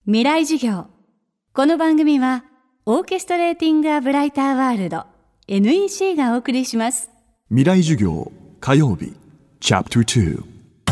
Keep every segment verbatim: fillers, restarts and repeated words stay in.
未来授業。この番組はオーケストレーティングアブライターワールド エヌイーシー がお送りします。 未来授業火曜日チャプターに。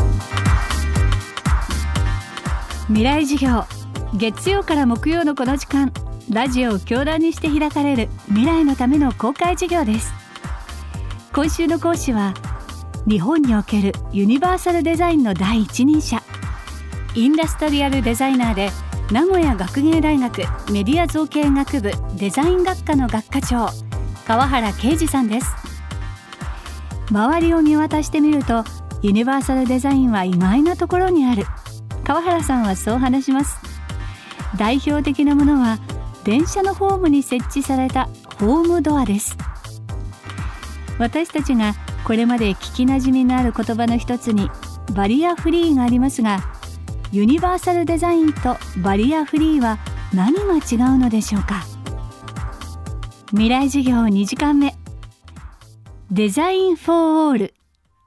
未来授業、月曜から木曜のこの時間、ラジオを教壇にして開かれる未来のための公開授業です。今週の講師は日本におけるユニバーサルデザインの第一人者、インダストリアルデザイナーで名古屋学芸大学メディア造形学部デザイン学科の学科長、川原啓二さんです。周りを見渡してみると、ユニバーサルデザインは意外なところにある。川原さんはそう話します。代表的なものは電車のホームに設置されたホームドアです。私たちがこれまで聞きなじみのある言葉の一つにバリアフリーがありますが、ユニバーサルデザインとバリアフリーは何が違うのでしょうか。未来授業にじかんめ、デザインフォーオール。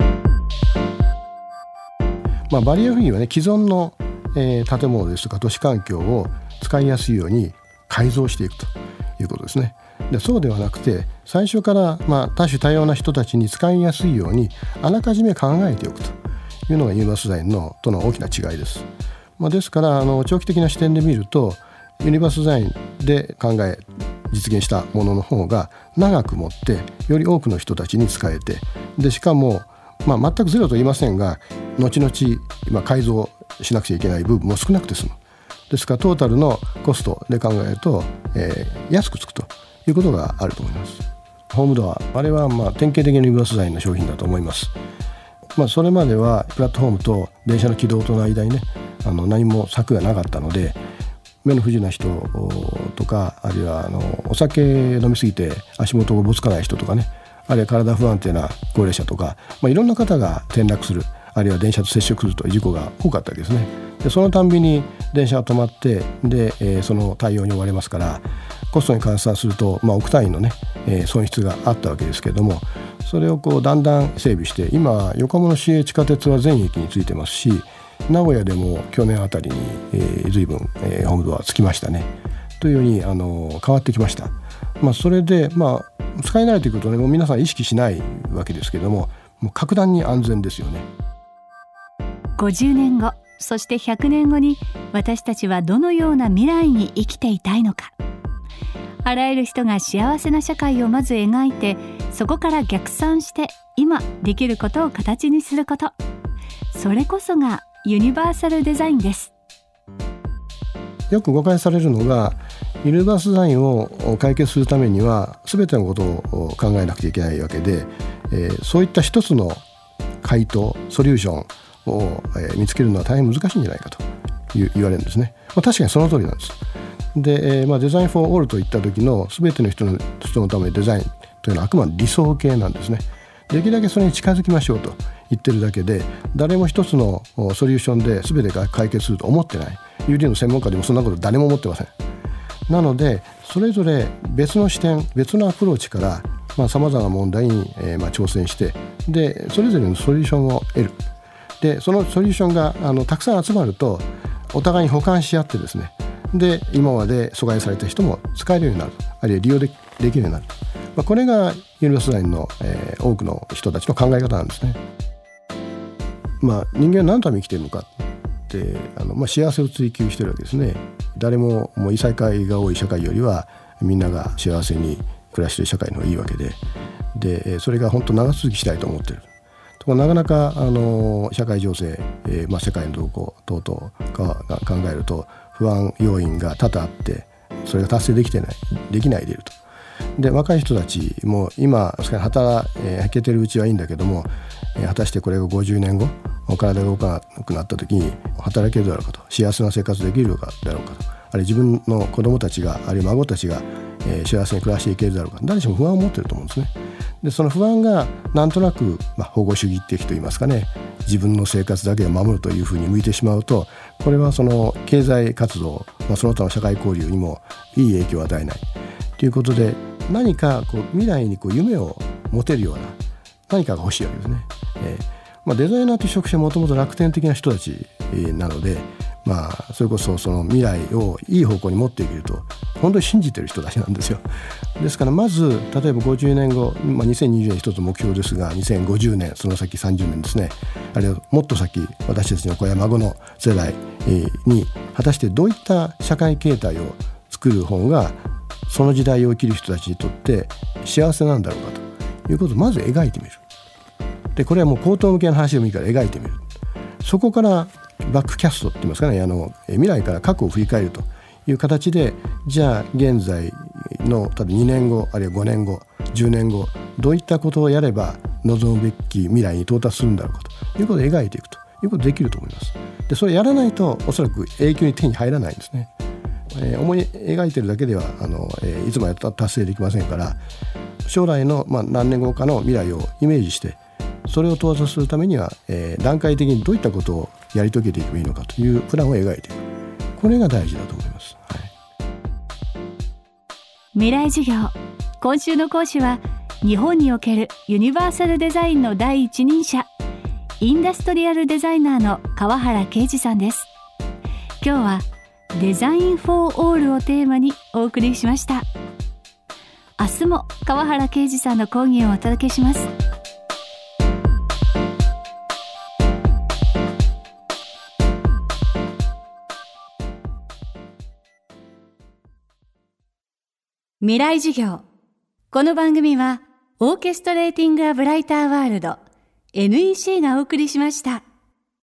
まあ、バリアフリーはね、既存の、えー、建物ですとか都市環境を使いやすいように改造していくということですね。でそうではなくて、最初から、まあ、多種多様な人たちに使いやすいようにあらかじめ考えておくというのがユニバースデザインのとの大きな違いです。まあ、ですからあの長期的な視点で見ると、ユニバースデザインで考え実現したものの方が長く持ってより多くの人たちに使えて、でしかも、まあ、全くゼロと言いませんが、後々、まあ、改造しなくちゃいけない部分も少なくて済む。ですからトータルのコストで考えると、えー、安くつくということがあると思います。ホームドア、あれはまあ典型的なユニバースデザインの商品だと思います。まあ、それまではプラットフォームと電車の軌道との間にね、あの何も柵がなかったので、目の不自由な人とか、あるいはあのお酒飲みすぎて足元がおぼつかない人とかね、あるいは体不安定な高齢者とか、まあ、いろんな方が転落する、あるいは電車と接触するという事故が多かったわけですね。でそのたんびに電車が止まってで、えー、その対応に追われますから、コストに換算すると、まあ、億単位のね、えー、損失があったわけですけれども、それをこうだんだん整備して、今横浜の市営地下鉄は全駅についてますし、名古屋でも去年あたりに、えー、随分、えー、ホームドアつきましたねというように、あの変わってきました。まあ、それで、まあ、使い慣れてくるとね、もう皆さん意識しないわけですけれども、もう格段に安全ですよね。 ごじゅうねんご、そしてひゃくねんごに私たちはどのような未来に生きていたいのか。あらゆる人が幸せな社会をまず描いて、そこから逆算して今できることを形にすること、それこそがユニバーサルデザインです。 よく誤解されるのが、ユニバースデザインを解決するためには全てのことを考えなくちゃいけないわけで、えー、そういった一つの回答ソリューションを、えー、見つけるのは大変難しいんじゃないかと言われるんですね。まあ、確かにその通りなんです。で、えーまあ、デザインフォーオールといった時の全ての人の人のためのデザインというのはあくまで理想形なんですね。できるだけそれに近づきましょうと言ってるだけで、誰も一つのソリューションで全てが解決すると思ってない。有理の専門家でもそんなこと誰も思ってません。なのでそれぞれ別の視点、別のアプローチからさまざ、まな問題に、えーまあ、挑戦して、でそれぞれのソリューションを得る。でそのソリューションがあのたくさん集まると、お互いに補完し合ってですね、で今まで阻害された人も使えるようになる、あるいは利用で き, できるようになる、まあ、これがユニバースデザインの、えー、多くの人たちの考え方なんですね。まあ、人間は何のために生きているのかってあの、まあ、幸せを追求しているわけですね。誰ももう異世界が多い社会よりはみんなが幸せに暮らしている社会の方がいいわけで、でそれが本当長続きしたいと思っている。ところがなかなかあの社会情勢、えーまあ、世界の動向等々が考えると不安要因が多々あって、それが達成できてないできないでいると。で若い人たちも今働けてるうちはいいんだけども、果たしてこれがごじゅうねんご体が動かなくなった時に働けるだろうかと、幸せな生活できるだろうかと、あるいは自分の子供たちが、あるいは孫たちが、えー、幸せに暮らしていけるだろうか、誰しも不安を持っていると思うんですね。でその不安がなんとなく、まあ、保護主義的といいますかね、自分の生活だけを守るというふうに向いてしまうと、これはその経済活動、まあ、その他の社会交流にもいい影響を与えないということで、何かこう未来にこう夢を持てるような何かが欲しいわけですね。えーまあ、デザイナーという職種はもともと楽天的な人たちなので、 まあ、それこそその未来をいい方向に持っていけると本当に信じてる人たちなんですよ。ですからまず例えばごじゅうねんご、まあ、にせんにじゅうねん一つ目標ですがにせんごじゅうねんその先さんじゅうねんですね、あるいはもっと先私たちの子や孫の世代に果たしてどういった社会形態を作る方がその時代を生きる人たちにとって幸せなんだろうかということをまず描いてみる。でこれはもう高等向けの話でもいいから描いてみる。そこからバックキャストって言いますかね、あの未来から過去を振り返るという形で、じゃあ現在の多分にねんごあるいはごねんごじゅうねんごどういったことをやれば望むべき未来に到達するんだろうかということを描いていくということができると思います。でそれやらないとおそらく永久に手に入らないんですね。えー、思い描いてるだけではあの、えー、いつまで達成できませんから、将来の、まあ、何年後かの未来をイメージしてそれを到達するためには、えー、段階的にどういったことをやり遂げていけばいいのかというプランを描いていく。これが大事だと思います。はい、 未来授業、今週の講師は日本におけるユニバーサルデザインの第一人者、インダストリアルデザイナーの川原啓二さんです。今日はデザインフォーオールをテーマにお送りしました。明日も川原啓二さんの講義をお届けします。未来授業。この番組はオーケストレーティング・ア・ブライター・ワールド エヌイーシー がお送りしました。